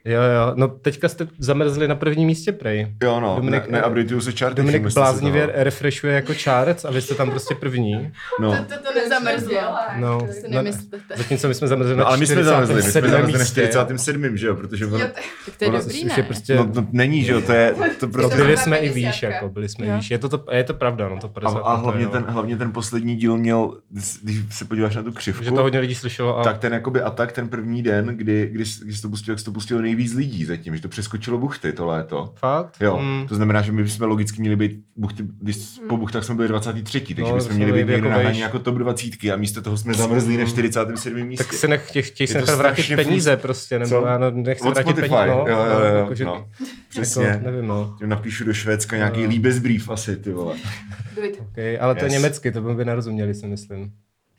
Jo, no teďka jste zamrzli na prvním místě, prej. Jo, no, Dominik, neupdateuju se charty. Dominik bláznivě refreshuje jako charts a vy jste tam prostě první. No. To nezamrzlo. No, si nemyslete. Zatímco my jsme zamrzli na ale my jsme zamrzli, my jsme zamrzli na 47. 47. že jo, protože ono, Tak to je dobrý, Už je ne? prostě... no, to není, že jo, to prostě... byli jsme i 50, výš, jako, byli jsme i výš. Je to pravda, no, to 50. A hlavně ten poslední díl měl, když se podíváš na tu křivku, že to hodně lidí slyšelo a... tak ten jakoby atak, ten první den, když to pustilo, jak se to pustilo nejvíc lidí zatím, že to přeskočilo buchty to léto. Fakt? Jo, to znamená, že my bychom logicky měli být buchty, když po buchtách jsme byli 23, takže bychom měli být někde naháni jako top 20 a místo toho jsme zamrzli na 47. místě. Tak si chtějí se to nechat vrátit strašně peníze prostě, nebo nechci od vrátit Spotify, peníze, no. jo, přesně. Jako, nevím, no. Tím napíšu do Švédska nějaký Liebesbrief asi, ty vole. Okay, ale to je německy, to by nerozuměli, si myslím.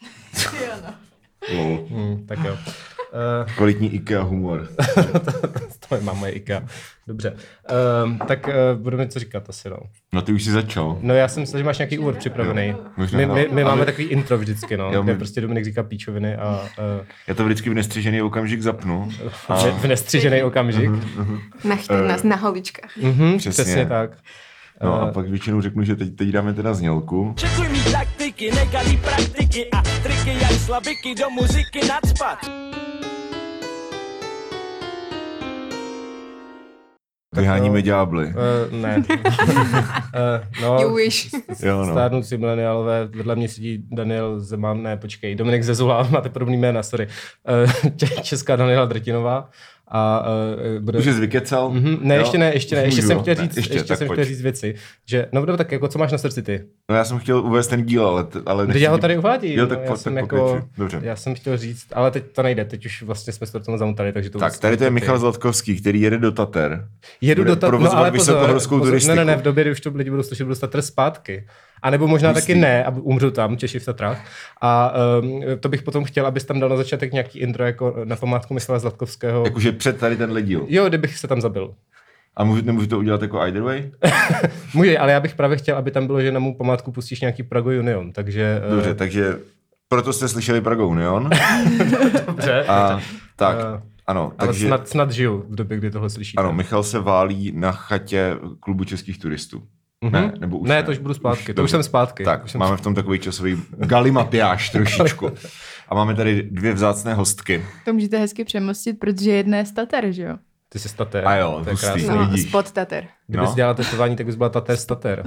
Tak jo. Kvalitní IKEA humor. To má moje IKEA. Dobře. Tak budeme co říkat asi, no. No ty už jsi začal. No já jsem myslel, že máš nějaký úvod připravený. My máme takový intro vždycky, no, kde prostě Dominik říká píčoviny a... Já to vždycky v nestřižený okamžik zapnu. V nestřižený okamžik. Nachte nás na holičkách. Přesně tak. No a pak většinou řeknu, že teď dáme teda znělku. Čekuj mý taktiky, nekalý praktiky a triky jak slabiky do muziky nacpat. Vyháníme ďábly. Ne. You wish. Stárnoucí mileniálové, vedle mě sedí Daniel Zeman, ne, počkej, Dominik Zezula, máte podobný jména, sorry. Česká Daniela Drtinová. A bude... Už jsi vykecal? Ne, ještě ne, ještě jsem chtěl říct věci, že, no tak jako, co máš na srdci ty? No já jsem chtěl uvést ten díl, ale já ho tady uvádím. Jo, tak dobře. Já jsem chtěl říct, ale teď to nejde, teď už vlastně jsme se do toho zamotali, takže to... Tak, tady to je Michal Zlatkovský, který jede do Tater. Jedu do Tater, no ale pozor, ne, v době, kdy už to lidi budou slyšet, budou z Tater zpátky. A nebo možná taky ne, aby umřu tam, Češi v Tatrách. A to bych potom chtěl, abys tam dal na začátek nějaký intro jako na památku Michala Zlatkovského. Jakože před tady tenhle díl. Jo, kdybych se tam zabil. A nemůžu to udělat jako either way? Může, ale já bych právě chtěl, aby tam bylo, že na mou památku pustíš nějaký Prago Union, takže... Dobře, takže proto jste slyšeli Prago Union. Dobře. Tak, ano. Ale takže, snad žiju v době, kdy tohle slyšíte. Ano, Michal se válí na chatě klubu českých turistů. Ne, nebo už ne, to už budu zpátky. To už jsem zpátky. Tak, máme v tom takový časový galimatiáž trošičku. A máme tady dvě vzácné hostky. To můžete hezky přemostit, protože jedna je z Tater, že jo? Ty jsi z Tater. A jo, to je krásný. No, spod Tater. Kdybys dělala tetování, tak bys byla Tater z Tater.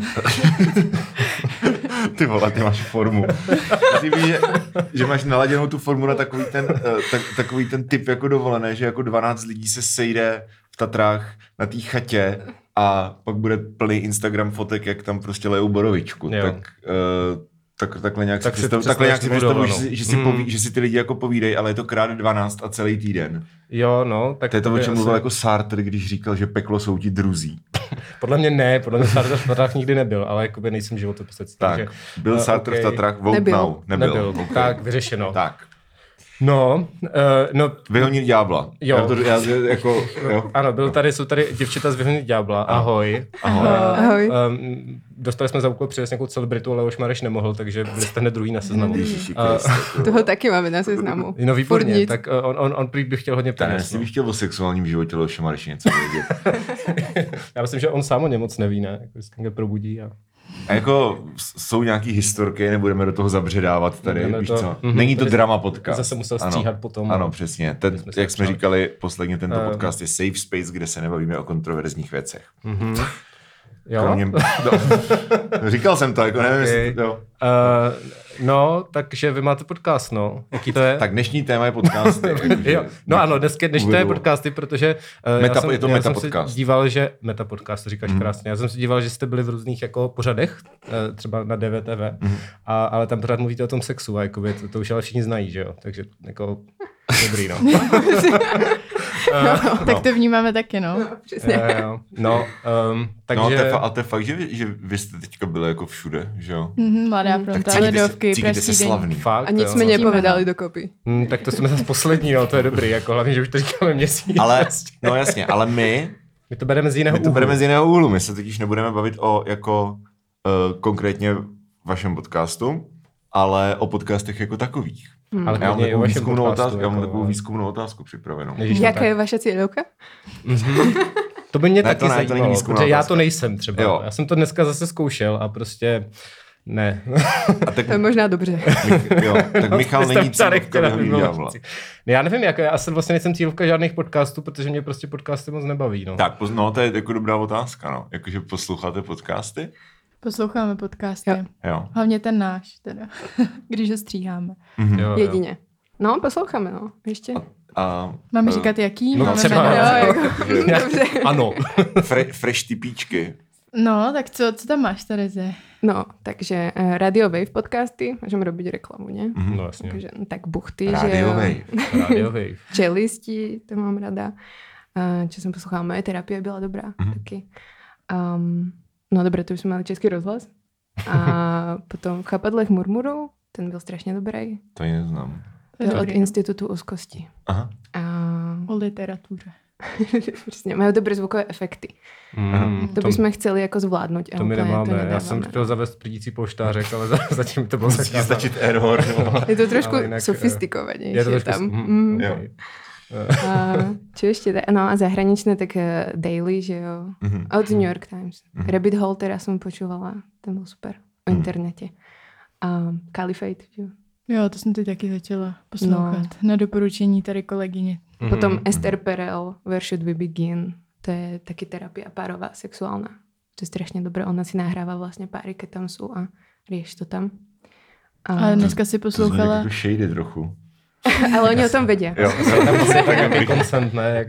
Ty vole, ty máš formu. Ty víš, že máš naladěnou tu formu na takový ten typ jako dovolené, že jako 12 lidí se sejde v Tatrách na té chatě a pak bude plný Instagram fotek, jak tam prostě lejou borovičku. Takhle nějak si představuji, že si ty lidi jako povídej, ale je to krát 12 a celý týden. Jo, no. Tak to je to, o čem mluvil jako Sartre, když říkal, že peklo jsou ti druzí. Podle mě Sartre v Tatrách nikdy nebyl, ale jakoby nejsem životopisec. Tak, byl Sartre v Tatrách, vote now. Nebyl. Okay. Tak, vyřešeno. Tak. No. Vyhonit ďábla. Jo. Jo. Ano, jsou tady děvčata z Vyhonit ďábla. Ahoj. Ahoj. Dostali jsme za úkol přivést nějakou celebritu, ale už Mareš nemohl, takže byli jste hned druhý na seznamu. Toho taky máme na seznamu. No výborně, tak on prý by chtěl hodně peněz. Já bych chtěl o sexuálním životě Leoše Mareše něco vědět. Já myslím, že on sám o něm moc neví, ne? Jako probudí a jako jsou nějaký historky, nebudeme do toho zabředávat tady, víš co? Není to drama podcast. Zase musel stříhat potom. Ano, přesně. Jak jsme říkali, posledně tento podcast je safe space, kde se nebavíme o kontroverzních věcech. Jo? Říkal jsem to, jako nevím, jo. No, takže vy máte podcast, no. Jaký to je? Tak dnešní téma je podcasty. Jo. No ano, dnešní to je podcasty, protože já jsem se díval, že metapodcast, to říkáš krásně, já jsem se díval, že jste byli v různých jako pořadech, třeba na DVTV, ale tam pořád mluvíte o tom sexu a jakoby, to už ale všichni znají, že jo, takže jako dobrý, no. Tak to vnímáme taky, no. Přesně. Takže... No, a to je fakt, že vy jste teďka byli jako všude, že jo? Mladá fronta, Ledovky, Pražský den. Fakt, a nic jsme nepovedali dokopy. Tak to jsme zase poslední, no, to je dobrý, jako hlavně, že už to říkáme měsíc. Ale, no jasně, ale my to bereme z jiného úhlu. My se totiž nebudeme bavit o konkrétně vašem podcastu, ale o podcastech jako takových. Ale já mám takovou výzkumnou otázku připravenou. Jaká je vaše cílovka? To by mě taky zajímalo, protože já to nejsem třeba. Jo. Já jsem to dneska zase zkoušel a prostě ne. A tak, to je možná dobře. Tak Michal není cílovka Výděvla. Já nevím, já jsem vlastně nejsem cílovka žádných podcastů, protože mě prostě podcasty moc nebaví. No. Tak, to je jako dobrá otázka. No. Jakože posloucháte podcasty? Posloucháme podcasty. Jo. Hlavně ten náš, teda, když ho stříháme. Jo. Jedině. No, posloucháme, no. Ještě. Máme říkat jaký? No, třeba. Dobře. Ano. Fresh typíčky. No, tak co tam máš, Tereze? No, takže Radio Wave podcasty, můžeme robiť reklamu, ne? No, jasně. Takže, tak buchty, Radio Wave. Radio Wave. Čelisti, to mám rada. Čo jsem poslouchala, moje terapie byla dobrá taky. No dobré, to už jsme měli Český rozhlas. A potom v Chapadlech murmurů, ten byl strašně dobrý. To ji neznám. To je od Institutu úzkosti. Aha. O literatuře. Přesně, mají dobré zvukové efekty. To bychom chtěli jako zvládnout. To my nemáme. Já jsem chtěl zavést prdící polštářek, ale zatím to bylo zakázané. Stačit error. Je to trošku sofistikovanější. Je to trošku... Čo ešte? No a zahraničné, tak Daily, že jo. Od New York Times. Rabbit Hole teraz som počúvala. Ten byl super. O internete. Caliphate, že jo. Jo, to jsem teď taky začala poslouchat. Na doporučení tady kolegyně. Potom Esther Perel, Where Should We Begin. To je taky terapia párová, sexuálna. To je strašně dobré. Ona si nahrává vlastně páry, keď tam jsou a rieš to tam. Ale dneska si poslouchala... To shady trochu. Ale oni o tom vědí. Jo, tam asi tak nějaký consent, ne?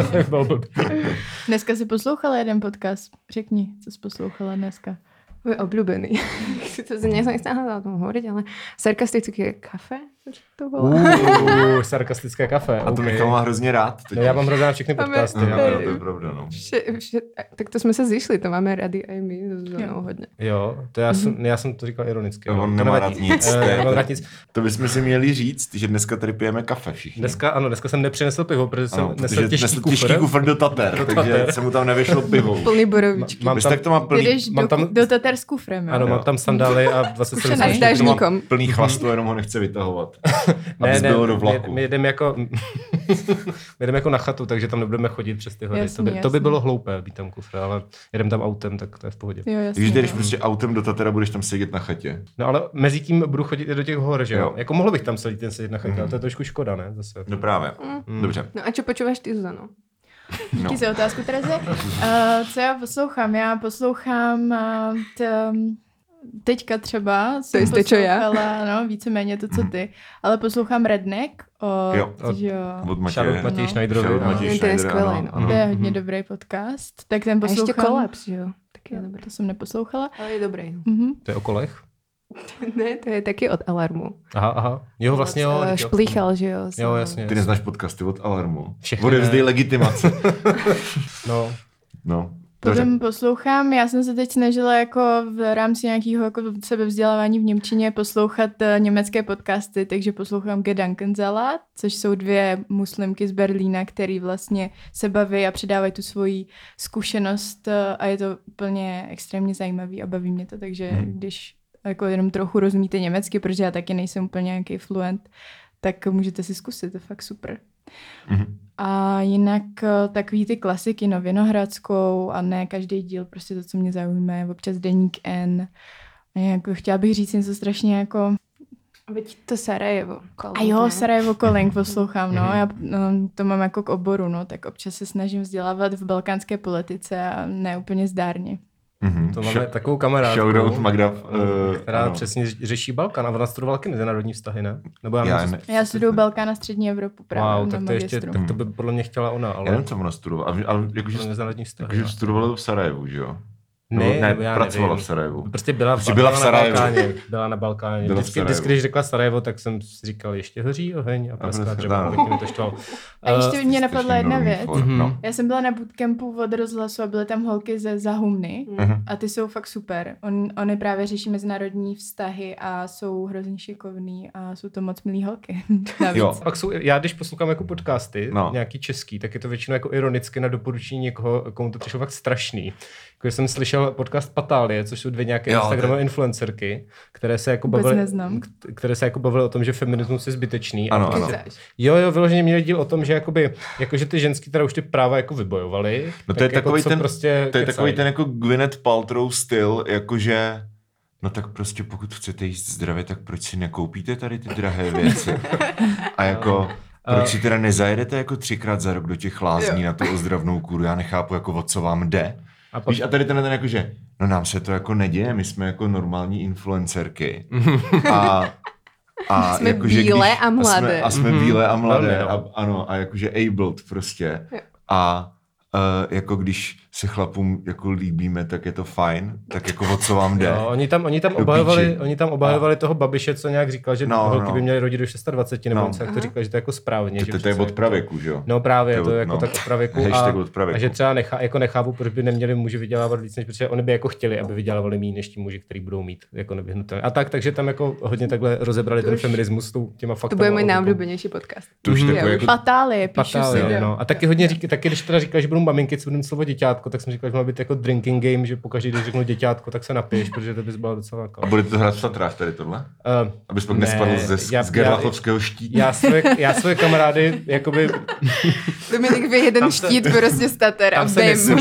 Dneska si poslouchala jeden podcast. Řekni, co jsi poslouchala dneska. Můj oblíbený. To se mě nechtěla o tom hovorit, ale sarkastické kafe? To bylo. Sarkastické kafe. A to Michal má hrozně rád. Já mám hrozně rád všechny podcasty. To je pravda, no. Tak to jsme se zišli, to máme rady i my s Zuzanou hodně. Jo, to já jsem to říkal ironicky. On nemá rád nic. To bychom si měli říct, že dneska tady pijeme kafe všichni. Dneska jsem nepřinesl pivo, protože jsem nesl těžký kufr do Tater, takže se mu tam nevyšlo pivo. Plný borovičky. Jedeš do Tater s kufrem, jo? Ano, mám tam sandály a 27 dážníkom. Plný chlastu, jenom ho nechce vytahovat. Aby zbylo do vlaku. My jedeme jako na chatu, takže tam nebudeme chodit přes ty hory. To by bylo hloupé být tam kufr, ale jedem tam autem, tak to je v pohodě. Takže jdeš prostě autem do Tatera, budeš tam sedět na chatě. No ale mezi tím budu chodit i do těch hor, že jo? Jako mohl bych tam sedět na chatě, ale to je trošku škoda, ne? Zase. No právě. Dobře. No a čo počúvaš ty, Zuzano? Díky za otázku, Tereze. Co já poslouchám? Já poslouchám teďka třeba jsem poslouchala, no, víceméně to, co ty, ale poslouchám Redneck od Matěje Schneiderovi. To je skvělý, no. To je hodně dobrý podcast. Tak ten poslouchám. A ještě Kolaps, jo. Taky je dobrý. To jsem neposlouchala. Ale je dobrý. To je o kolech? Ne, to je taky od Alarmu. Aha. Jo, vlastně jo. Šplíchal, že jo. Jo, jasně. Ty neznáš podcasty od Alarmu. Odevzdej legitimaci. No. Potom poslouchám, já jsem se teď snažila jako v rámci nějakého jako sebevzdělávání v němčině poslouchat německé podcasty, takže poslouchám Gedankensalat, což jsou 2 muslimky z Berlína, který vlastně se baví a předávají tu svoji zkušenost a je to úplně extrémně zajímavý a baví mě to, takže když jako jenom trochu rozumíte německy, protože já taky nejsem úplně nějaký fluent, tak můžete si zkusit, to je fakt super. A jinak takový ty klasiky, no Vinohradskou a ne každý díl, prostě to, co mě zaujme, občas Deník N. A jako chtěla bych říct něco strašně jako... Veď to Sarajevo Calling. A jo, Sarajevo Calling poslouchám, no. Já to mám jako k oboru, no, tak občas se snažím vzdělávat v balkánské politice a ne úplně zdárně. To máme takovou kamarádku, Shoutout Magda, která přesně řeší Balkán a ona studovala taky mezinárodní vztahy, ne? Nebo já studuju Balkán a střední Evropu právě tak to ještě, tak to by podle mě chtěla ona, ale... Já nevím, co ona studovala, ale jakože mezinárodní vztahy. Takže studovala v Sarajevu, že jo? Ne, pracovala v Sarajevu. Prostě byla v Balkáně. Byla na Balkáně. Vždycky, když řekla Sarajevo, tak jsem si říkal, ještě hoří oheň a praská dřeva, tak mě to štval. A ještě mě napadla jedna věc. Já jsem byla na bootcampu od rozhlasu a byly tam holky ze Zahumny a ty jsou fakt super. Oni právě řeší mezinárodní vztahy a jsou hrozně šikovný a jsou to moc milý holky. Jo. Pak já když poslouchám jako podcasty, nějaký český, tak je to většinou jako ironicky na doporučení někoho, komu to přišlo fakt strašný. Když jsem slyšel slyšel podcast Patálie, což jsou dvě nějaké Instagramové influencerky, které se jako bavily o tom, že feminismus je zbytečný. Ano. Jo, vyloženě měli díl o tom, že jakože ty ženský teda už ty práva jako vybojovali. No to je takový takový ten jako Gwyneth Paltrow styl, jakože no tak prostě pokud chcete jíst zdravě, tak proč si nekoupíte tady ty drahé věci? A jako proč si teda nezajedete jako 3krát za rok do těch lázní na tu ozdravnou kůru? Já nechápu, jako o co vám jde. A tady ten jakože, no nám se to jako neděje, my jsme jako normální influencerky. A jsme jako, bílé a mladé. A jsme bílé a mladé. A jakože abled prostě. A jako když se chlapům jako líbíme, tak je to fajn, tak jako o co vám jde. No, oni tam obhajovali toho Babiše, co nějak říkal, že holky by měly rodit do 26, nebo něco, jak to říkal, že to je jako správně. To je od pravěku, že jo? No právě, to je jako tak od pravěku. A že třeba nechápu, proč by neměli muži vydělávat víc, než protože oni by jako chtěli, aby vydělávali méně než ti muži, který budou mít jako nevyhnutelné. A takže tam jako hodně takhle rozebrali ten feminismus s těma faktama. To bude můj nejoblíbenější podcast. Patálie, píšu si. A taky hodně taky když teda říkal, že budou maminky, co budou slovo děťátko, tak jsem říkal, že má být jako drinking game, že pokaždé, když řeknu děťátko, tak se napiješ, protože to bys byla docela jako. A bude to hrát v Tatrách tady tohle? Abys pak nespadl z Gerlachovského štítu. Já svoje kamarády, jakoby... Dominik vy jeden štít prostě z Tater a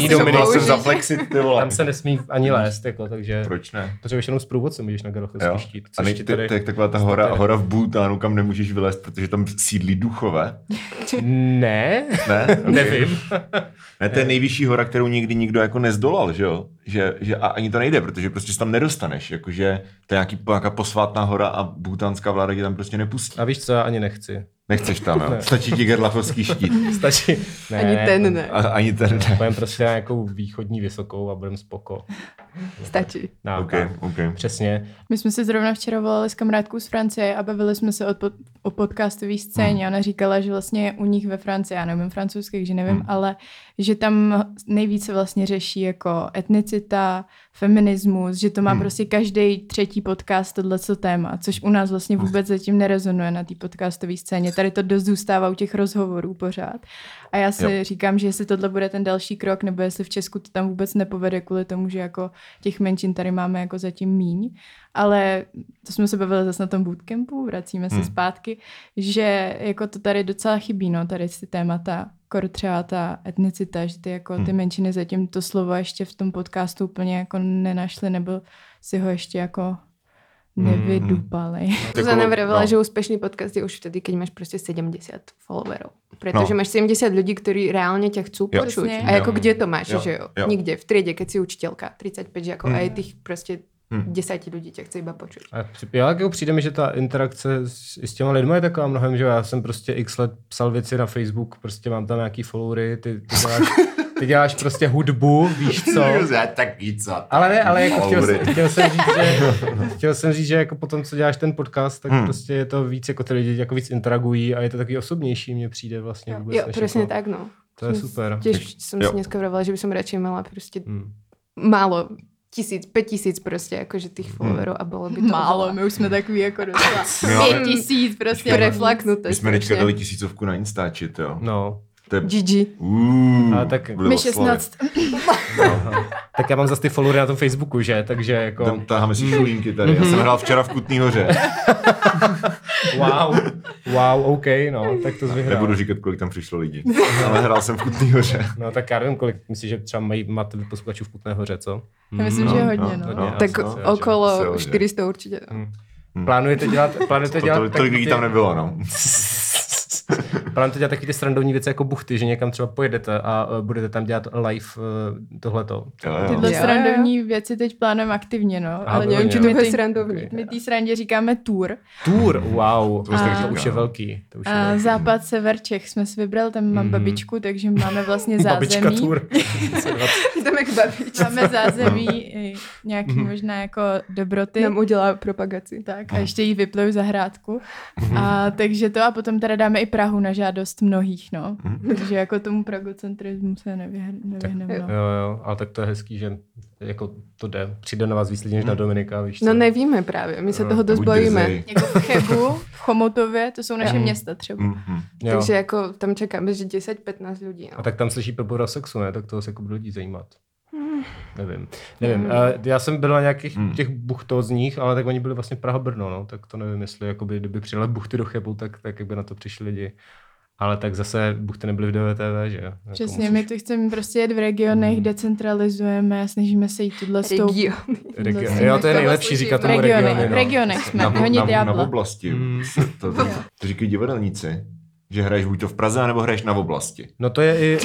tam se nesmí ani lézt, jako, takže... Proč ne? Protože už jenom s průvodcem můžeš na Gerlachovský štít. A to je taková ta hora v Bhutánu, kam nemůžeš vylézt, protože tam sídlí duchové. Ne? Nevím. Ne, to je nejvyšší hora, kterou nikdy nikdo jako nezdolal, že jo? Že a ani to nejde, protože prostě tam nedostaneš, jakože to je nějaká posvátná hora a bhutánská vláda tě tam prostě nepustí. A víš co, já ani nechci. Nechceš tam, jo? Stačí ti Gerlachovský štít. Stačí. Ne, ani ten ne. Pojďme prostě na nějakou východní vysokou a budeme spoko. Stačí. Okay. Přesně. My jsme se zrovna včera volali s kamarádkou z Francie a bavili jsme se o podcastové scéně. Ona říkala, že vlastně u nich ve Francii, já nevím francouzsky, takže nevím, ale že tam nejvíce vlastně řeší jako etnicita, feminismus, že to má prostě každý třetí podcast tohleto téma, což u nás vlastně vůbec zatím nerezonuje na té podcastové scéně. Tady to dost zůstává u těch rozhovorů pořád. A já si říkám, že jestli tohle bude ten další krok, nebo jestli v Česku to tam vůbec nepovede kvůli tomu, že jako těch menšin tady máme jako zatím míň. Ale to jsme se bavili zase na tom bootcampu, vracíme se zpátky, že jako to tady docela chybí, no, tady ty témata, třeba ta etnicita, že ty jako ty menšiny zatím to slovo ještě v tom podcastu úplně jako nenašly, nebo si ho ještě jako nevydupali. Zuzana vravila, že úspešný podcast je už vtedy, keď máš prostě 70 followerov. Protože máš 70 ľudí, ktorí reálne ťa chcú počuť. A jako kde to máš, že jo? Nikde, v triede, keď si učiteľka, 35 žiakov a je tých prostě 10 lidí tě chce iba počuť. Já jako přijde mi, že ta interakce s těma lidmi je taková mnohem, že já jsem prostě x let psal věci na Facebook, prostě mám tam nějaký followery, ty děláš prostě hudbu, víš co? Ale jako chtěl jsem říct, že jako potom, co děláš ten podcast, tak prostě je to víc, jako ty lidi jako víc interagují a je to takový osobnější, mně přijde vlastně vůbec. Jo, přesně jako, tak, no. To je super. Těž jsem si dneska vravila, že by som radšej mala prostě málo 5000 prostě, jakože těch followerů a bylo by to málo, my už jsme takový jako docela 5000 prostě reflaknuté. My jsme teďka dali 1000 na Instačit, jo. No. GG. Tak my 16. Tak já mám zase ty followery na tom Facebooku, že? Takže jako... Tam táháme si šulínky tady. Já jsem hrál včera v Kutný Hoře. Wow, OK, no, tak to vyhrál. Nebudu říkat, kolik tam přišlo lidí, ale hrál jsem v Kutný Hoře. No tak já nevím, kolik, myslím, že třeba máte posluchačů v Kutné Hoře, co? Já myslím, že hodně, no. Tak okolo 400 určitě. Plánujete dělat... Tolik lidí tam nebylo, no. Plánujete dělat taky ty srandovní věci jako buchty, že někam třeba pojedete a budete tam dělat live tohleto. Tyhle srandovní věci teď plánujeme aktivně, no. Ale nevím, či to je srandovní. My té srandě říkáme tour. Tour, wow. To už je velký. Západ, sever Čech jsme si vybrali, tam mám babičku, takže máme vlastně zázemí. Babička tour. Máme zázemí nějaký možná jako dobroty. Nám udělá propagaci. Tak a ještě jí vypluju zahrádku. A takže to a potom teda dáme i Prahu na žádost mnohých, no. Takže jako tomu pragocentrismu se nevyhneme. Jo, ale tak to je hezký, že jako to jde. Přijde na vás víc lidí než na Dominika, víš co? No nevíme právě, my se toho dost bojíme. Jako v Chebu, v Chomutově, to jsou naše města třeba. Takže jako tam čekáme, že 10-15 lidí. No. A tak tam slyší poporu o sexu, ne? Tak toho se jako lidí zajímat. Nevím. Já jsem byl na nějakých těch buchtozních, ale tak oni byli vlastně Praha-Brno, no, tak to nevím, jestli jakoby, kdyby přijeli buchty do Chebu, tak jak by na to přišli lidi. Ale tak zase buchty nebyly v DVTV, že jo? Přesně, my to chceme prostě jet v regionech, decentralizujeme a snažíme se jít tuhle Regiony. Jo, to je nejlepší říkat tomu regiony. V regionech jsme, honit ďábla. Na oblasti. To říkají divadelníci. Že hraješ buď to v Praze, nebo hraješ na oblasti. No to je i...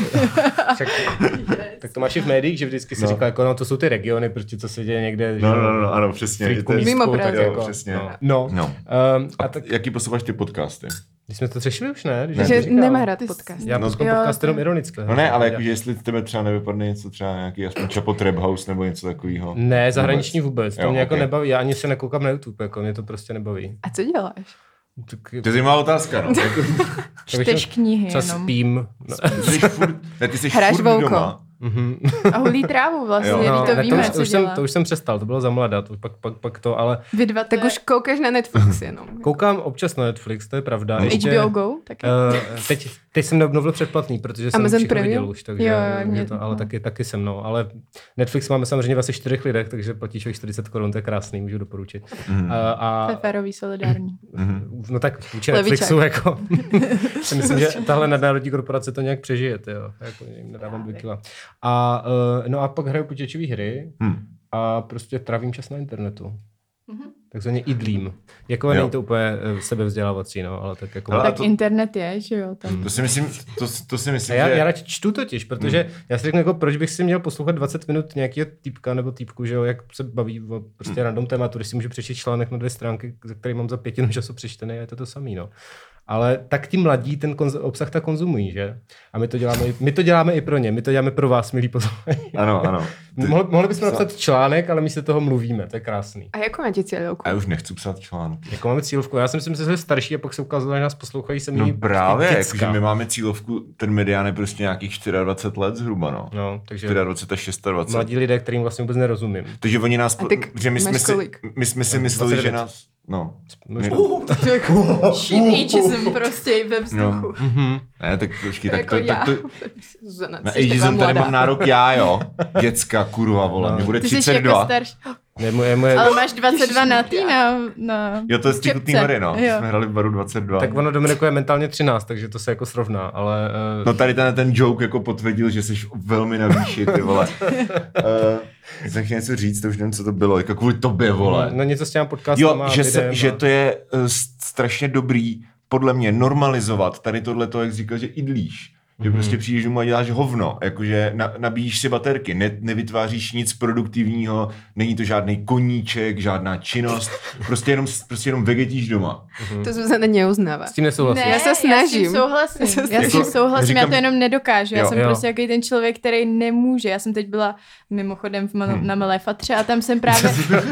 tak to máš i v médiích, že vždycky se říká, jako, no to jsou ty regiony, prostě co se děje někde. No, ano, přesně. Mimo Praze. Jako, přesně. No. A tak... jaký posloucháš ty podcasty? Když jsme to řešili už, ne? Že nemá rád podcast. Já poslouchám podcast jenom ironicky. No ne, ale jakože jestli tebe třeba nevypadne něco, třeba nějaký aspoň Chapo Trap House nebo něco takového. Ne, zahraniční vůbec. To mě jako nebaví. Já ani se nekoukám na YouTube, jako mě to prostě nebaví. A co děláš? To je zajímavá otázka, no. Čteš knihy jenom. Spím. Ty jsi hraješ doma. A hulí trávu vlastně, to víme, co dělá. To už jsem přestal, to bylo za mladá, pak to, ale... Tak už koukáš na Netflix jenom. Koukám občas na Netflix, to je pravda. HBO Go taky? Teď jsem neobnovil předplatný, protože jsem Amazon všechno viděl už, takže to, ale taky jsem, no. Ale Netflix máme samozřejmě ve 4 lidech, takže platíš o 40 Kč, to je krásný, můžu doporučit. Férový, solidární. No tak vůči Netflixu, jako... si myslím, že tahle nadnárodní korporace to nějak přežije, jo. Jako jim nedávám 2 kila. No a pak hraju počítačové hry a prostě trávím čas na internetu. Takzvaně idlím. Jako není to úplně sebevzdělávací, no, ale tak jako... Tak internet je, že jo? Tam. To si myslím, že... Já radši čtu totiž, protože já si řeknu, jako, proč bych si měl poslouchat 20 minut nějakého týpka nebo týpku, že jo, jak se baví o prostě random tématu, když si můžu přečíst článek na 2 stránky, ze který mám za 5 minut času přečtený, a je to samý, no. Ale tak ti mladí ten obsah tak konzumují, že? A my to děláme i pro ně, my to děláme pro vás, milí posluchači. Ano. Mohli bychom napsat článek, ale my se toho mluvíme, to je krásný. A jakou máte cílovku? A já už nechci psát články. Jako máme cílovku? Já jsem si myslel, že starší a pak se ukázalo, že nás poslouchají se No právě, jakože my máme cílovku, ten medián je prostě nějakých 24 let zhruba, no. No, takže 24 a 26. Mladí lidé, kterým vlastně vůbec nerozumím. Takže oni nás, že my jsme si mysleli, že nás... No. Ageism prostě ve vzduchu. Ne, tak počkej, tak to... Na ageism tady mám nárok já, jo. Děcka, kurva, vole, mě bude 32. Ale máš 22 na tý na jo, to je z Tichutný hory, no. Jsme hrali v baru 22. Tak ono Dominiku je mentálně 13, takže to se jako srovná, ale... No tady ten joke jako potvrdil, že jsi velmi na výši, ty vole. Já jsem chtěl něco říct, to už nevím, co to bylo, jako kvůli tobě, vole. No něco s těma podcastama. Jo, že to je strašně dobrý, podle mě, normalizovat tady tohleto, jak jsi říkal, že idlíš. Že prostě přijdeš domů a děláš hovno, jakože nabíjíš si baterky, nevytváříš nic produktivního, není to žádný koníček, žádná činnost, prostě jenom vegetíš doma. To Zuzana neuznává. S tím nesouhlasím. Ne, já se snažím. Já s tím souhlasím, já to jenom nedokážu. Já jsem prostě jaký ten člověk, který nemůže. Já jsem teď byla mimochodem na Malé Fatře a tam jsem právě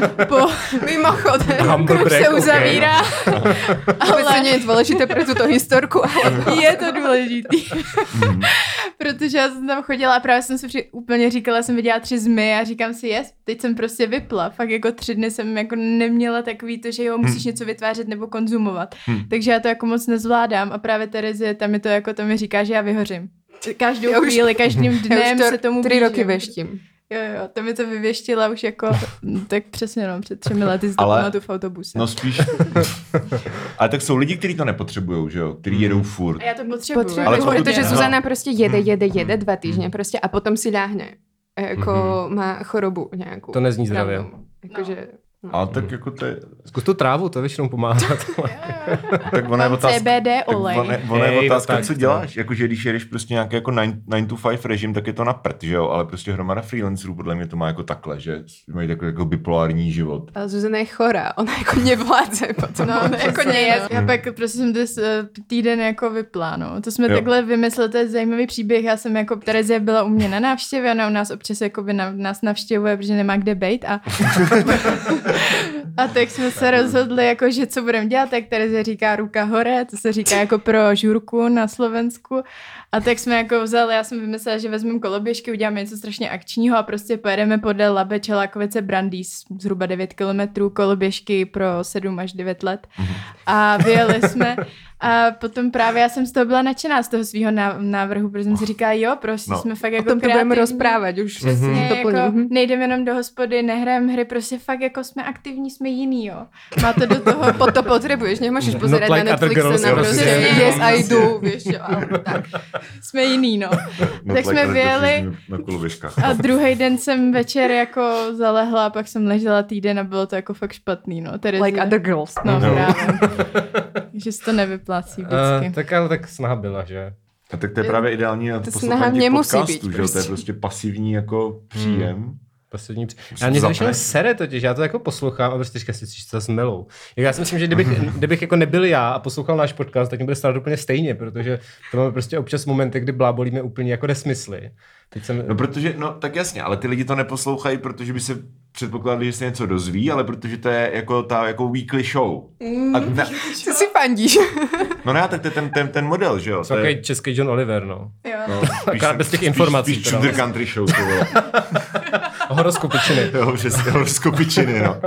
mimochodem, kruh se uzavírá. Ale to není důležité pro tuto historku, ale je to důležitý. Protože já jsem tam chodila a právě jsem si úplně říkala, jsem viděla 3 zmy a říkám si, teď jsem prostě vypla. Fakt jako 3 dny jsem jako neměla takový to, že jo, musíš něco vytvářet nebo konzumovat. Takže já to jako moc nezvládám a právě Terezie tam mi to jako to mi říká, že já vyhořím. Každou chvíli, každým dnem se tomu 3 roky veštím. Jo, to mi to vyvěštila už jako, tak přesně no, před 3 lety z pamatuju v autobuse. No spíš, ale tak jsou lidi, kteří to nepotřebujou, že jo, kteří jedou furt. A já to potřebuju. Ale protože Zuzana prostě jede 2 týdny prostě a potom si láhne. Jako má chorobu nějakou. To nezní zdravě. Jakože... No. Ale tak jako to je... Zkus tu trávu, to většinou pomáhá. Tak ona je otázka, CBD olej. Ona je otázka, co děláš. Jakože když jedeš prostě nějaký jako 9 to 5 režim, tak je to na prd, že jo? Ale prostě hromada freelancerů podle mě to má jako takhle, že mají takový jako bipolární život. Ale Zuzana je chorá, ona jako nevládze potom. No, jako nejet. Já pak prostě jsem týden jako vypla, no. To jsme takhle vymysleli, to je zajímavý příběh. Já jsem jako, Terezie byla u mě na návštěvě, ona u nás občas jakoby nás navštěvuje, protože nemá kde bejt a tak jsme se rozhodli, jako, že co budeme dělat, tak Terezie říká ruka hore, to se říká jako pro žurku na Slovensku A tak jsme jako vzali, já jsem vymyslela, že vezmeme koloběžky, uděláme něco strašně akčního a prostě pojedeme podél Labe Čelákovice Brandýs, zhruba 9 kilometrů, koloběžky pro 7 až 9 let. A vyjeli jsme a potom právě já jsem z toho byla nadšená z toho svého návrhu, protože jsem si říkala, jo, prostě jsme fakt jako kreativní. O tom budeme rozprávat už. Přesně, jako nejdeme jenom do hospody, nehrajeme hry, prostě fakt jako jsme aktivní, jsme jiný, jo. Má to do toho, to potřebuješ, nemůžeš pozerať na Netflixe, na prostě yes I do, víš, jo, ale tak. Jsme jiný, no. Tak jsme vyjeli a druhý den jsem večer jako zalehla a pak jsem ležela týden a bylo to jako fakt špatný, no. Like other girls. No, právě. Že se to nevyplácí vždycky. Tak ale tak snaha byla, že? A tak to je právě ideální na poslouchání těch podcastů, že to je prostě pasivní jako příjem. Pasivní já mě začínám sere totiž, já to jako poslouchám a prostě říkám si, že to s melou. Já si myslím, že kdybych jako nebyl já a poslouchal náš podcast, tak mě bude stát úplně stejně, protože to máme prostě občas momenty, kdy blábolíme úplně jako nesmysly. No protože, no tak jasně, ale ty lidi to neposlouchají, protože by se předpokládali, že se něco dozví, ale protože to je jako ta jako weekly show. Ty si fandíš. No ne, tak to je ten model, že jo? To je český John Oliver, no. Jo. Akorát bez těch informací. Spíš Sugar Country Show, to bylo. Horoskopičiny. Jo, přesně, horoskopičiny, no.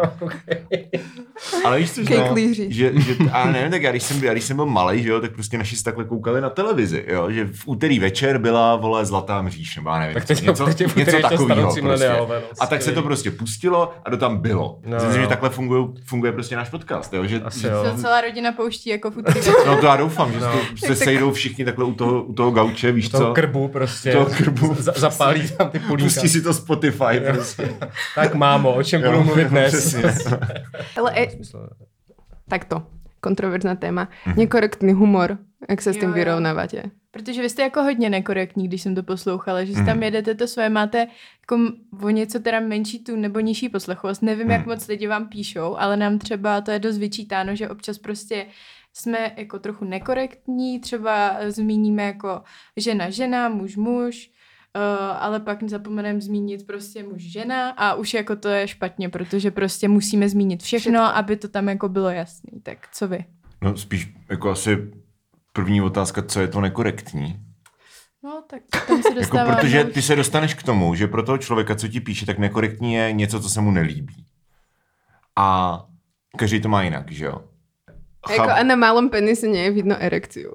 Ale víš co, že ale nevím, tak já když jsem byl malej, že jo, tak prostě naši takhle koukali na televizi, jo, že v úterý večer byla, vole, Zlatá mříž, nebo já nevím, tak něco takového prostě. A tak se to prostě pustilo a to tam bylo. Myslím, že takhle funguje prostě náš podcast, jo, že celá rodina pouští jako v úterý. No to já doufám, že se sejdou všichni takhle u toho gauče, víš co? Toho krbu prostě. Zapálí tam ty pulínka. Pustí si to Spotify prostě. Tak mámo, o čem budu mluvit dnes? Ale takto, kontroverzná téma. Nekorektný humor, jak se s tím vyrovnáváte? Protože vy jste jako hodně nekorektní, když jsem to poslouchala, že si tam jedete to svoje, máte jako o něco teda menší tu nebo nižší poslechovost. Nevím, jak moc lidi vám píšou, ale nám třeba to je dost vyčítáno, že občas prostě jsme jako trochu nekorektní, třeba zmíníme jako žena, muž, ale pak zapomeneme zmínit prostě muž-žena a už jako to je špatně, protože prostě musíme zmínit všechno, aby to tam jako bylo jasný. Tak co vy? No spíš jako asi první otázka, co je to nekorektní? No tak tam se dostává. Jako protože ty se dostaneš k tomu, že pro toho člověka, co ti píše, tak nekorektní je něco, co se mu nelíbí. A každý to má jinak, že jo? Jako a na malom penise nie je vidno erekciu.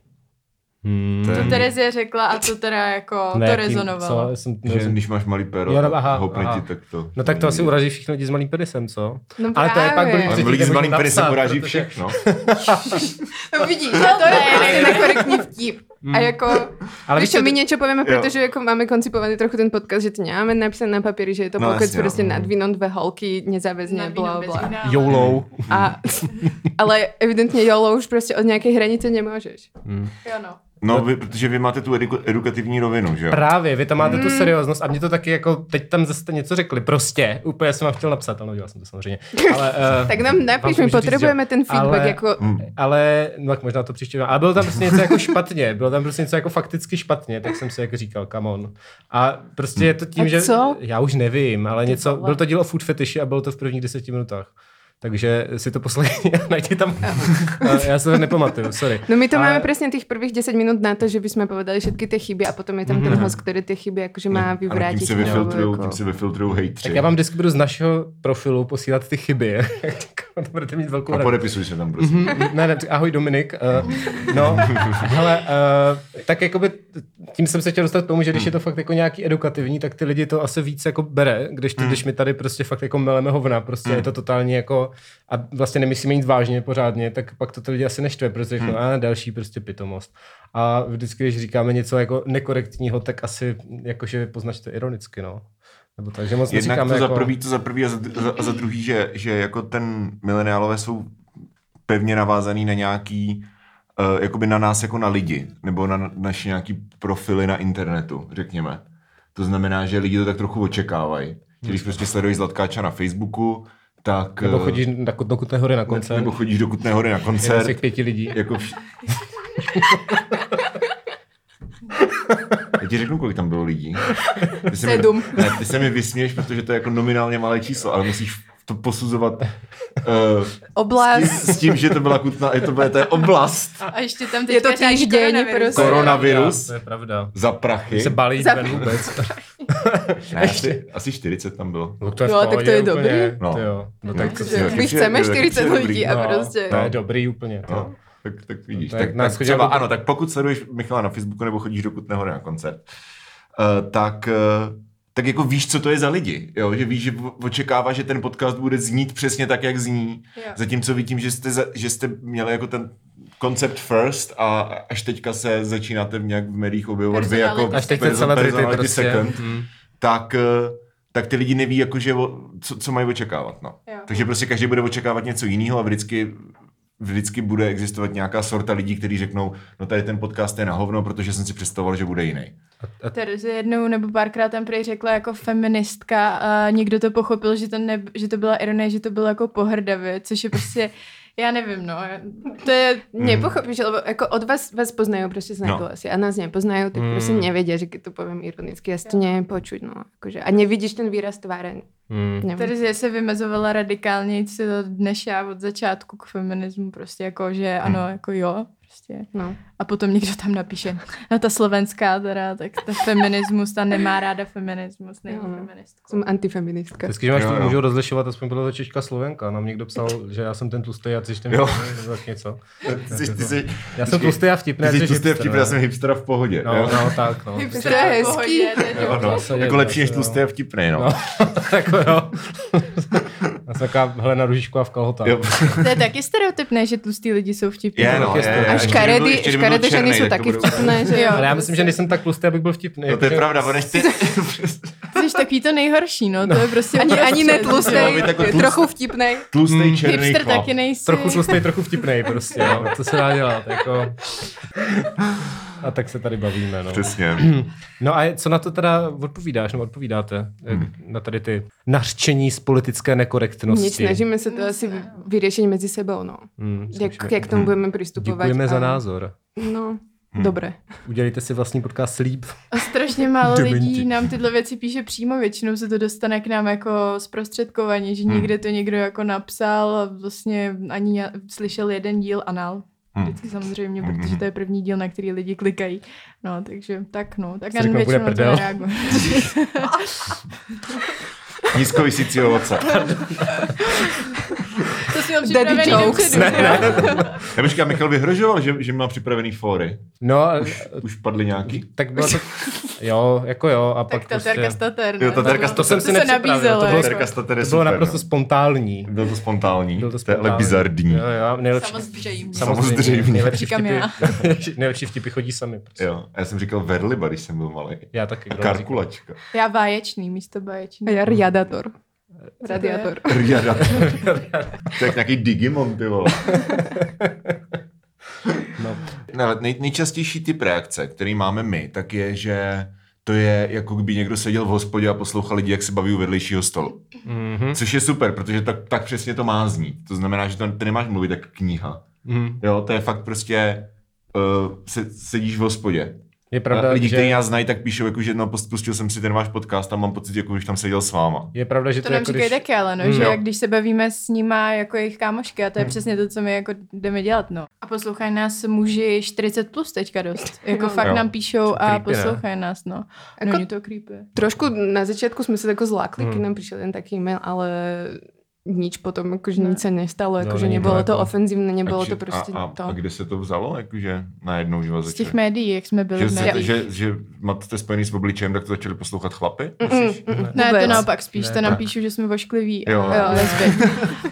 To Terezie řekla a to teda jako to rezonovalo. Že když máš malý péro, hopneti, tak to... No tak to asi uraží všichni lidi s malým penisem, co? No ale to je pak lidi s malým penisem uraží všechno. No vidíš, to je nekorektní vtip. A jako, ale víš čo, my niečo povieme, pretože ako máme koncipovaný trochu ten podcast, že to nemáme napísané na papieri, že je to pokec proste nad vínom, dve holky, nezáväzne, blablabla. YOLO. Ale evidentne YOLO už proste od nejakej hranice nemôžeš. Jo no. No, protože vy máte tu edukativní rovinu, že jo? Právě, vy tam máte tu serióznost a mě to taky jako, teď tam zase něco řekli, prostě, úplně jsem vám chtěl napsat, ale dělal jsem to samozřejmě. Ale, tak nám napíš, my potřebujeme ten feedback, jako... Ale, no tak možná to příště, ale bylo tam prostě něco jako špatně, bylo tam prostě něco jako fakticky špatně, tak jsem si jako říkal, come on. A prostě je to tím, a že... co? Já už nevím, ale něco, bylo to dílo o food fetiši a bylo to v prvních 10 minutách. Takže si to poslechni a najdi tam. Ja sa to nepamatuju, sorry. No my to máme presne tých prvých 10 minút na to, že by sme povedali všetky tie chyby a potom je tam ten host, ktorý tie chyby akože má vyvrátiť. Tím se vyfiltrují hejtři. Tak já vám vždycky budu z našeho profilu posílat ty chyby. To budete mít velkou radost. A podepisuj se tam, prosím. Ne, ahoj Dominik. No, hele, tak jakoby tím jsem se chtěl dostat k tomu, že když je to fakt jako nějaký edukativní, tak ty lidi to asi víc jako bere, když my tady prostě fakt jako meleme hovna, prostě je to totálně jako a vlastně nemyslíme nic vážně pořádně, tak pak to ty lidi asi neštve, protože řeknou, další prostě pitomost. A vždycky, když říkáme něco jako nekorektního, tak asi jakože poznačte ironicky, no. Nebo tak, že moc jednak neříkáme to za prvý a za druhý, že jako ten mileniálové jsou pevně navázaný na nějaký jakoby na nás jako na lidi, nebo na naše nějaký profily na internetu, řekněme. To znamená, že lidi to tak trochu očekávají. Když prostě sleduješ Zlatkáča na Facebooku, tak... Nebo chodíš do Kutné Hory na koncert. Nebo chodíš do Kutné Hory na koncert. Z těch 5 lidí. Jako Já ti řeknu, kolik tam bylo lidí. 7. Ty se mi vysměješ, protože to je jako nominálně malé číslo, ale musíš to posuzovat oblast. S tím, že to byla Kutná, to je oblast. A ještě tam je to týždeň prostě. Koronavirus. To je pravda. Za prachy. Se balí ven vůbec. Ne, asi 40 tam bylo. No, to je tak to je úplně, dobrý. No tak my chceme 40 lidí a prostě. To je dobrý úplně. No, tak vidíš. Tak třeba ano, tak pokud sleduješ Michala na Facebooku nebo chodíš do Kutné Hory na koncert, tak jako víš, co to je za lidi, jo? Že víš, že očekává, že ten podcast bude znít přesně tak, jak zní. Jo. Zatímco vidím, že jste měli jako ten koncept first a až teďka se začínáte nějak v médiích objevovat vy jako až teď celebrity prostě. Second, tak ty lidi neví, jako, že co mají očekávat. No. Takže prostě každý bude očekávat něco jiného a vždycky bude existovat nějaká sorta lidí, kteří řeknou, no tady ten podcast je na hovno, protože jsem si představoval, že bude jiný. Terezie jednou nebo párkrát tam prý řekla jako feministka a někdo to pochopil, že to byla ironie, že to bylo jako pohrdavě, což je prostě, já nevím, no. To je... Nepochopíš, lebo jako od vás poznajú prostě z Najglasy a nás nepoznajú, tak prostě nevedia, že keď to poviem ironicky, ja si to neviem počuť, no. Akože, a nevidíš ten výraz tváře. Terezie se vymezovala radikálně než já od začátku k feminismu, prostě jako, že ano, jako jo, prostě. No. A potom někdo tam napíše, no ta slovenská teda, tak ta feminismus, ta nemá ráda feminismus, není feministkou. Jsem antifeministka. Vždycky, že můžu rozlišovat, aspoň byla to Češka Slovenka, nám někdo psal, že já jsem ten tlustý a ty jsi ten tak něco. Já jsem tlustý a vtipný. Ty jsi tlustý a vtipný, já jsem hipstera v pohodě. No, tak, no. Hipster je hezký. Jako lepší než tlustý a vtipný, no. Jako jo. Já jsem taková Helena Růžičková v kalhotách. To je taky stereotypné, že tlustý lidi jsou vtipní. A škaredé ženy jsou taky vtipné, že jo. Ale já myslím, že nejsem tak tlustý, abych byl vtipný. No to je pravda, než ty... Ty jsi takový to nejhorší, no. To je prostě ani netlustej, trochu vtipnej. Tlustej černý hipster chlap. taky nejsi. Trochu tlustej, trochu vtipnej prostě, no. To se dá dělat, jako... A tak se tady bavíme, no. Přesně. No a co na to teda odpovídáš, nebo odpovídáte? Na tady ty nařčení z politické nekorektnosti. Nic, snažíme se to asi vyřešit mezi sebou, no. Jak k tomu budeme přistupovat. Děkujeme za názor. No, dobré. Udělejte si vlastní podcast Sleep. A strašně málo lidí nám tyhle věci píše přímo, většinou se to dostane k nám jako zprostředkovaně, že někde to někdo jako napsal a vlastně ani slyšel jeden díl anal. Vždycky samozřejmě, protože to je první díl, na který lidi klikají. No, takže tak no. Tak já většinou na to nereaguji. Nízkovisící ovoce. To jsi měl připravený dopředu. Já bych Michal vyhrožoval, že má připravený fóry. No, už padly nějaký? Tak bylo to... Jo, jako jo. A tak pak Taterka prostě... Stater. Jo, Taterka to jsem si nepřipravil. To bylo naprosto spontánní. Bylo to spontánní. To je ale bizardní. Jo, nejlepší. Samozřejmě. Nejlepší vtipy chodí sami. Prostě. Jo, a já jsem říkal verliba, když jsem byl malý. Já taky. A karkulačka. Já váječný místo báječný. A já radiátor. Radiátor. To je jak nějaký Digimon, ty vole. No, nejčastější typ reakce, který máme my, tak je, že to je, jako kdyby někdo seděl v hospodě a poslouchal lidi, jak se baví u vedlejšího stolu. Mm-hmm. Což je super, protože tak přesně to má znít. To znamená, že ty nemáš mluvit jak kniha. Mm. Jo, to je fakt prostě sedíš v hospodě. Je pravda, lidi, kteří nás znají, tak píšou, jako, že no, pustil jsem si ten váš podcast a mám pocit, jako, že tam seděl s váma. Je pravda, že to nám jako říkají taky, ale no, že jak když se bavíme s nima jako jejich kámošky a to je přesně to, co my jako jdeme dělat, no. A poslouchají nás muži 40 plus teďka dost. Jako fakt nám píšou a poslouchají nás, no. Jako to creepy. Trošku na začátku jsme se tako zlákli, když nám přišel ten taký e-mail, ale nič potom, jakože nic se nestalo, jakože nebylo to ofenzivné, nebylo to prostě to. A kde se to vzalo, jakože najednou, že vás začali? Z těch médií, jak jsme byli v médiích. Že máte spojený s obličejem, tak to začali poslouchat chlapy? Ne, to naopak spíš, to nám píšu, že jsme voškliví lesby.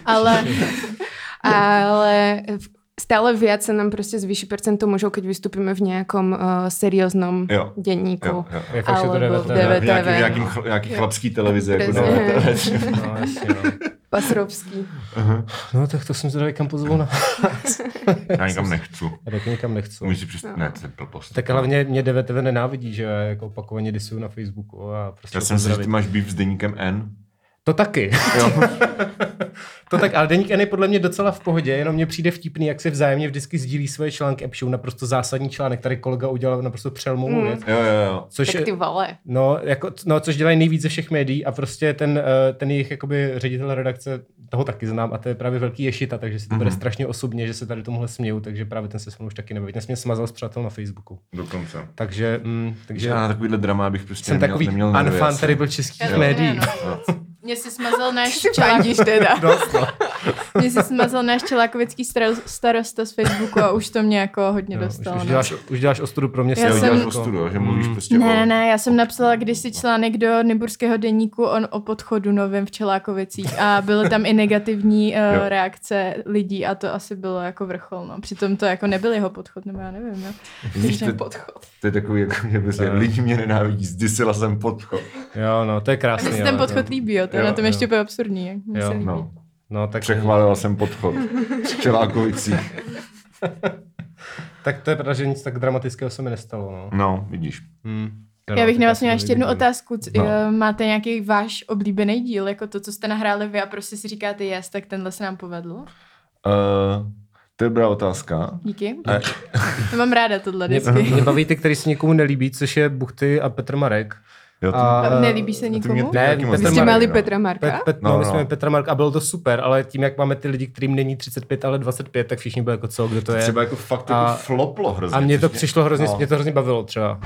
Ale stále viac sa nám proste zvýši percento mužov, keď vystúpime v nejakom serióznom denníku. Alebo v DVTV. Nejaký chlapský televize. Jako DVTV. No, jasně, no. Pasrovský. No tak to jsem zvedavý, kam pozvou na Já nikam nechci. Já taky nikam nechci. Ne, to je blbost. Tak hlavně mě DVTV nenávidí, že jako opakovaně disuju na Facebooku. A prostě já jsem si, že ty máš býv s deníkem N. To taky. To tak, ale Deník N je podle mě docela v pohodě, jenom mně přijde vtipný, jak se vzájemně vždycky sdílí svoje články a píšou naprosto zásadní článek, tady kolega udělal naprosto přelmovou věc. Jo. Což, tak ty vole. Což dělají nejvíc ze všech médií a prostě ten jejich jakoby ředitel redakce, toho taky znám a to je právě velký ješita, takže si to bude strašně osobně, že se tady tomuhle smějou, takže právě ten se s mnou už taky nebaví. Ten mě smazal s přátel na Facebooku. Dokonce. Takže já na takovýhle drama bych prostě jsem takový unfan tady byl českých médií. Mě si smazal náš Mě si smazal náš čelákovický starosta z Facebooku a už to mě jako hodně dostalo. Už děláš ostudu pro mě. Děláš ostudu, že mluvíš prostě Ne, já jsem napsala kdysi článek do Nymburského deníku o podchodu novém v Čelákovicích a byly tam i negativní reakce lidí a to asi bylo jako vrchol. No. Přitom to jako nebyl jeho podchod, nebo já nevím. No. Víš, to je takový, jako, že lidi mě nenávidí, zdysila jsem podchod. Jo, no, to je krásný. Mně se ten podchod líbí, jo, to je na tom ještě úplně absurdní. No, tak přechválila jsem podchod v Čelákovicích. Tak to je pravda, že nic tak dramatického se mi nestalo. No vidíš. Já bych vlastně ještě jednu otázku. Máte nějaký váš oblíbený díl, jako to, co jste nahráli vy a prostě si říkáte tak tenhle se nám povedlo? To je dobrá otázka. Díky. To mám ráda tohle vždycky. Mě baví ty, který se někomu nelíbí, což je Buchty a Petr Marek. Nelíbí se nikomu? Ne, vy jste měli Petra Marka? My jsme měli Petra Marka a bylo to super, ale tím, jak máme ty lidi, kterým není 35, ale 25, tak všichni byli jako co, kdo to je. Třeba jako fakt jako floplo hrozně. A mě to přišlo hrozně, mě to hrozně bavilo třeba.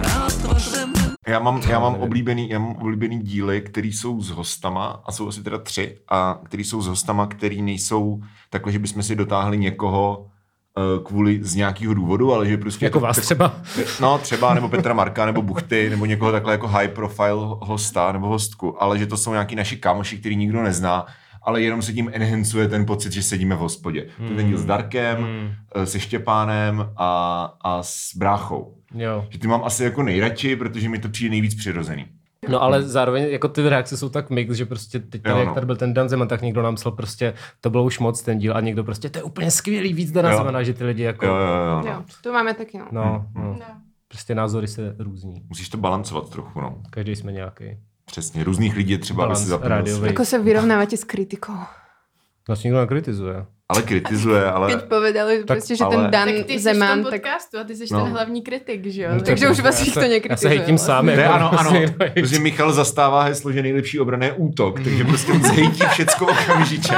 Já mám oblíbený díly, který jsou s hostama, a jsou asi teda 3, a který jsou s hostama, který nejsou takhle, že bychom si dotáhli někoho z nějakého důvodu, ale že prostě... Jako vás třeba. No, třeba, nebo Petra Marka, nebo Buchty, nebo někoho takhle jako high profile hosta, nebo hostku, ale že to jsou nějaký naši kámoši, který nikdo nezná, ale jenom se tím enhancuje ten pocit, že sedíme v hospodě. To je ten díl s Darkem, se Štěpánem a s bráchou. Jo. Že ty mám asi jako nejradši, protože mi to přijde nejvíc přirozený. No ale zároveň jako ty reakce jsou tak mix, že prostě teď tady, jak tady byl ten Dan Zeman, tak někdo nám psal prostě, to bylo už moc ten díl a někdo prostě, to je úplně skvělý, víc Dan Zemana, že ty lidi jako... Jo, to máme taky, no. Prostě názory se různí. Musíš to balancovat trochu, no. Každý jsme nějaký. Přesně, různých lidí je třeba, aby si zapomněl. Jako se vyrovnáváte s kritikou? Nás nikdo nekritizuje. Ale kritizuje, ale... Teď povedali prostě, že ten Dan tak ty Zeman... Tak ty jsi v tom podcastu a ty jsi ten hlavní kritik, že jo? No, takže už vás to nekritizuje. Já se hejtím sám. Ne, ano. Protože Michal zastává heslo, že nejlepší obrana je útok, takže prostě on zhejtí všecko okamžitě.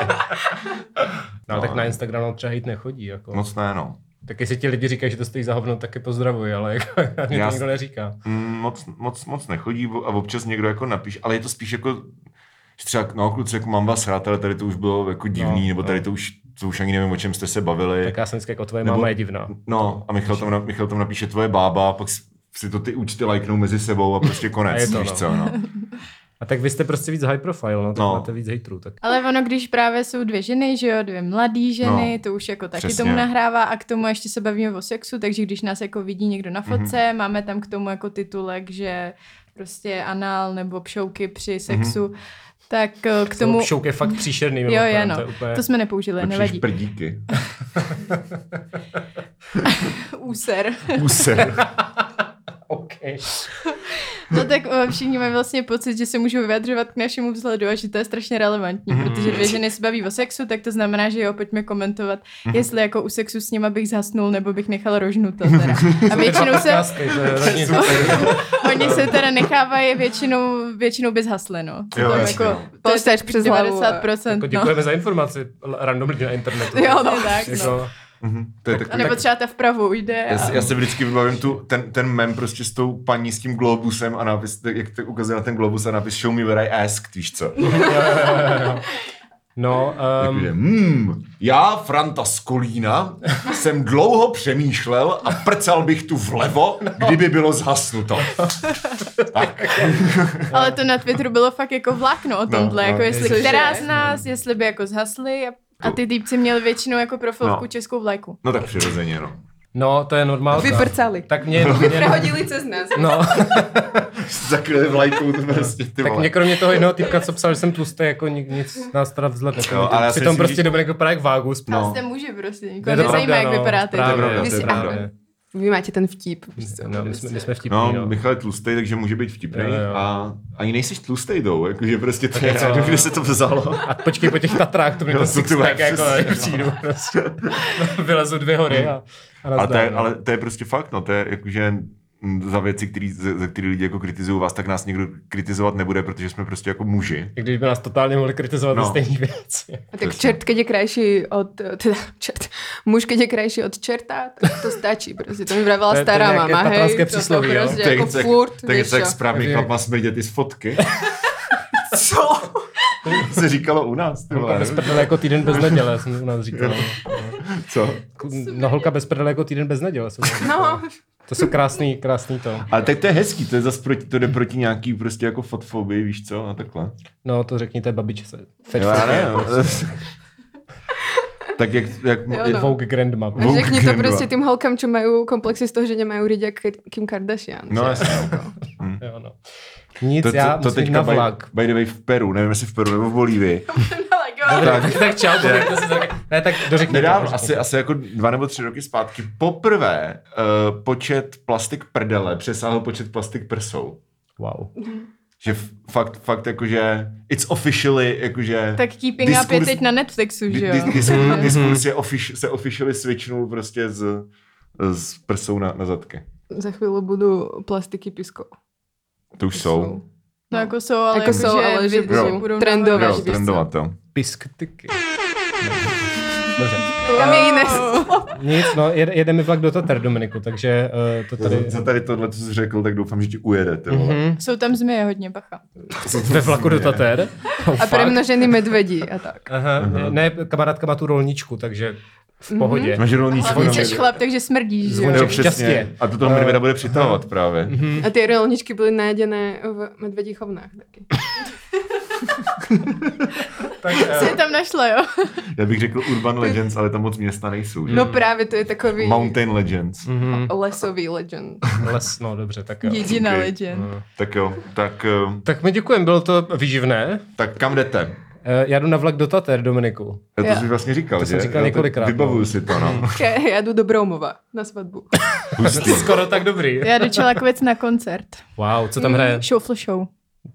No, tak na Instagramu třeba hejt nechodí. Jako. Moc ne, no. Tak jestli ti lidi říkají, že to stojí za hovno, tak je pozdravuj, ale jako, mě to nikdo neříká. Moc nechodí a občas někdo jako napíše, ale je to spíš jako, třeba kluci, jako mám vás rád, ale tady to už bylo jako divný, nebo tady to už ani nevím, o čem jste se bavili. Tak já jsem vždycky jako tvoje máma je divná. No a Michal tam napíše tvoje bába, pak si to ty účty lajknou mezi sebou a prostě konec, víš co, no. A tak vy jste prostě víc high profile, no, tak máte víc hejtrů. Tak. Ale ono, když právě jsou 2 ženy, že jo, 2 mladý ženy, to už jako taky tomu nahrává a k tomu ještě se bavíme o sexu, takže když nás jako vidí někdo na fotce, máme tam k tomu jako titulek, že prostě anál nebo pšouky při sexu, tak k tomu... Pšouk je fakt příšerný. Jo, no. To jsme nepoužili, nevadí. Prdíky. Úser. Okay. No tak všichni mají vlastně pocit, že se můžou vyjadřovat k našemu vzhledu a že to je strašně relevantní, protože 2 ženy se baví o sexu, tak to znamená, že jo, pojďme komentovat, jestli jako u sexu s nima bych zhasnul nebo bych nechal rožnuto teda. A většinou oni se teda nechávají většinou bez hasle, no. Jo, jako, postáž přes 90%. Jako děkujeme za informaci, random lidi na internetu. Jo, no tak, jako... no. To je takový, nebo třeba ta vpravo ujde. Já se vždycky vybavím ten mem prostě s tou paní s tím globusem a nápis, jak to ukazuje na ten globus a nápis show me where I asked, víš co? No, já, Franta z Kolína, jsem dlouho přemýšlel a prcal bych tu vlevo, kdyby bylo zhasnuto. Ale to na Twitteru bylo fakt jako vlákno o tomhle, jako jestli která z nás, jestli by jako zhasli a ty týpci měli většinou jako profilovku českou vlajku. No tak přirozeně, no. No, to je normálka. Vyprcali. Tak mě Prehodili cez nás. No. Zakryli vlajkou to prostě, ty vole. Tak mě kromě toho jednoho týpka, co psal, že jsem tlustý, jako nic nás teda vzhled nekomentuji. Přitom prostě Dominik vypadá jak vágus. No. Jste muži prostě, nikoho nezajímá, jak vypadáte. To je pravda. vy máte ten vtip. No, my jsme vtipný, no. Michal je tlustej, takže může být vtipný. A ani nejsiš tlustej, jakože prostě to nevím, kde se to vzalo. A počkej, po těch Tatrách to mi ten sixpack jako přijdu. Prostě. Vylezu 2 hory a ale to je prostě fakt, no, to je jakože za věci, za který lidi jako kritizují vás, tak nás někdo kritizovat nebude, protože jsme prostě jako muži. I když by nás totálně mohli kritizovat za stejný věci. A tak čert, keď je krajší od... muž, keď je krajší od čerta, tak to stačí. Prostě to mi vravila stará mama, hej. To prostě jako furt, tak je tak správný chlap má smrdět i z fotky. Co? To se říkalo u nás. Holka bez prdele jako týden bez neděle, jsem u nás říkal. Co? No, holka bez prdele jako týden bez neděle. No. To jsou krásný to. Ale tak to je hezký, to je zase to jde proti nějaký prostě jako fotfobii, víš co, a takhle. No, to řekni té babičce. Tak jak Vogue Grandma. Řekni to prostě tým holkám, čo majú komplexy z toho, že nemajú riť jak Kim Kardashian. No jasně. Jo, no. Nic, já musím na vlak. By the way v Peru, nevím jestli v Peru nebo v Bolívii. Tak čau, ne, tak dořekni. Nedávno, asi jako 2 nebo 3 roky zpátky, poprvé počet plastik prdele přesáhl počet plastik prsou. Wow. Že fakt jakože it's officially jakože... Tak Keeping Up je teď na Netflixu, že jo? Diskurs se officially switchnul prostě z prsou na zadky. Za chvíli budou plastiky piskou. To už jsou. No jako jsou, ale že budou trendovat. Pisktyky. Dobře. Tam je jiné. Nic, no, jede mi vlak do Tater, Dominiku, takže to tady... Za tady tohle, co jsi řekl, tak doufám, že ti ujede. Jsou tam změje hodně, bacha. Ve vlaku do Tater? A premnožený medvědi a tak. Aha. Ne, kamarádka má tu rolničku, takže v pohodě. Máš rolničku. Hlavně jsi chlap, takže smrdíš, že jo? Přesně. A to toho medvěda bude přitahovat právě. A ty rolničky byly najedené v medvědích hovnách taky. Co je tam našlo, jo? Já bych řekl Urban Legends, ale tam moc města nejsou. Že? No právě, to je takový... Mountain Legends. Lesový legend. No dobře, tak jo. Jediná legend. Tak jo, tak my děkujeme, bylo to výživné. Tak kam jdete? Já jdu na vlak do Tater, Dominiku. To jsi vlastně říkal, to že? Jsem říkal několikrát. Vybavuju si to, no. Já jdu do Broumova na svatbu. Skoro tak dobrý. Já jdu Čelakovec na koncert. Wow, co tam hraje? Show for show.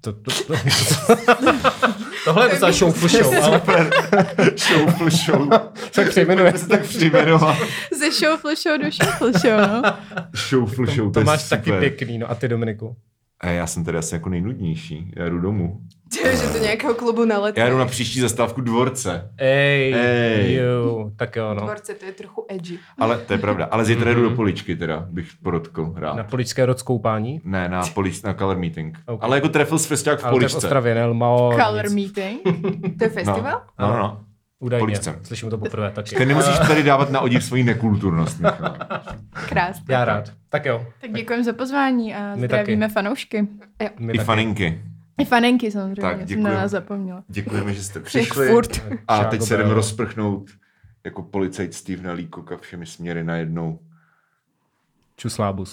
Tohle je docela show for show. Super. Show for show. Tak přejmenuje. Tak přejmenovat. Ze show for show do show for show, no. Show for show, to máš taky pěkný, no. A ty, Dominiku? Já jsem tady asi jako nejnudnější. Já jdu domů. Že to nějakého klubu na letní. Já jdu na příští zastávku Dvorce. Jo, tak jo, no. Dvorce, to je trochu edgy. Ale to je pravda. Ale zítra jdu do Poličky teda, bych podotkl rád. Na Poličské rodskoupání? Ne, na Color Meeting. Okay. Ale jako trefil s festiák v Poličce. Ale to je v Ostravě, ne? Color Meeting? To je festival? No. Údajně. Poličce. Slyším to poprvé taky. Ty nemusíš tady dávat na odiv svoji nekulturnost, Michal. Krásně. Já rád. Tak jo. Tak děkujeme za pozvání a zdravíme fanoušky. I faninky. I fanenky samozřejmě, tak, jsem na nás zapomněla. Děkujeme, že jste přišli. A teď se jdeme rozprchnout jako policajt Steve na Líkoka všemi směry najednou. Čuslábus.